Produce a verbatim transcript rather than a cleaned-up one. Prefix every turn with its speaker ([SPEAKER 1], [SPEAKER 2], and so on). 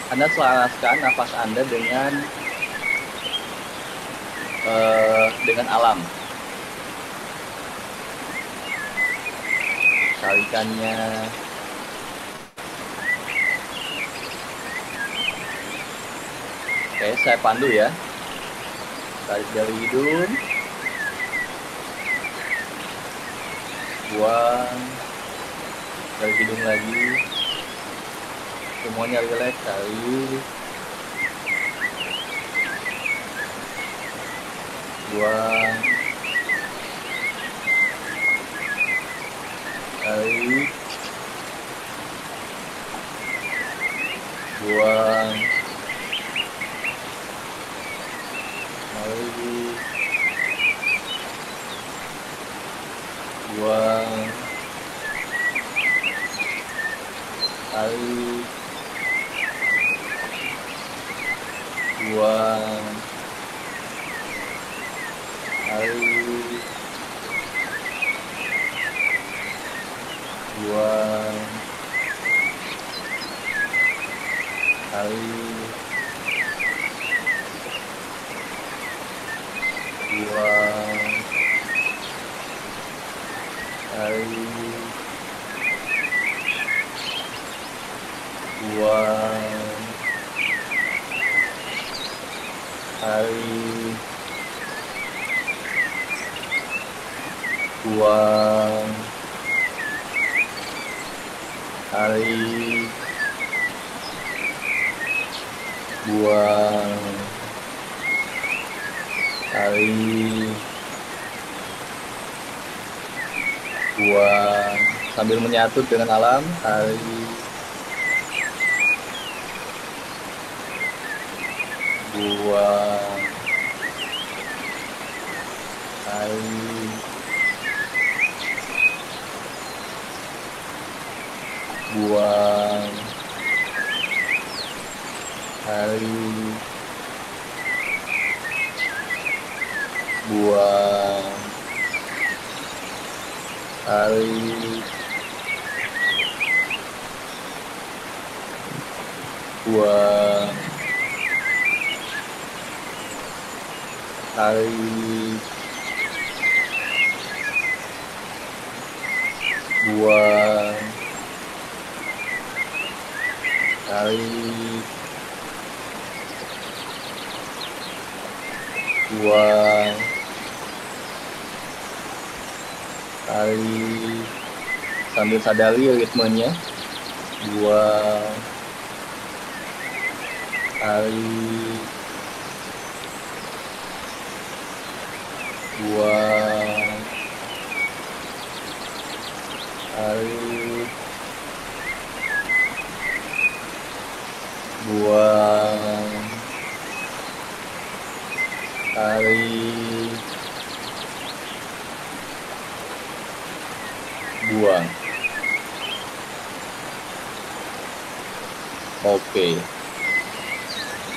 [SPEAKER 1] Anda selaraskan nafas Anda dengan uh, dengan alam. Tarikannya. Oke, saya pandu ya. Tarik dari hidung. Buang. Dari hidung lagi. Semuanya relax. Tarik. Buang. Tarik. Buang. Tarik. Buang. Tarik. Buang. Tarik. Buang. Tarik. Buang. Tarik. Buang. Tarik. Buang. Tarik. Buang. Tarik. Buang. Sambil menyatu dengan alam. Tarik. Buang. Tarik. Buang. Tarik. Buang. Tarik. Buang. Tarik. Buang. Tarik. Buang. Tarik. Sambil sadari ritmenya. Buang. Tarik. Buang. Tarik. Buang. Tarik. Buang. Oke.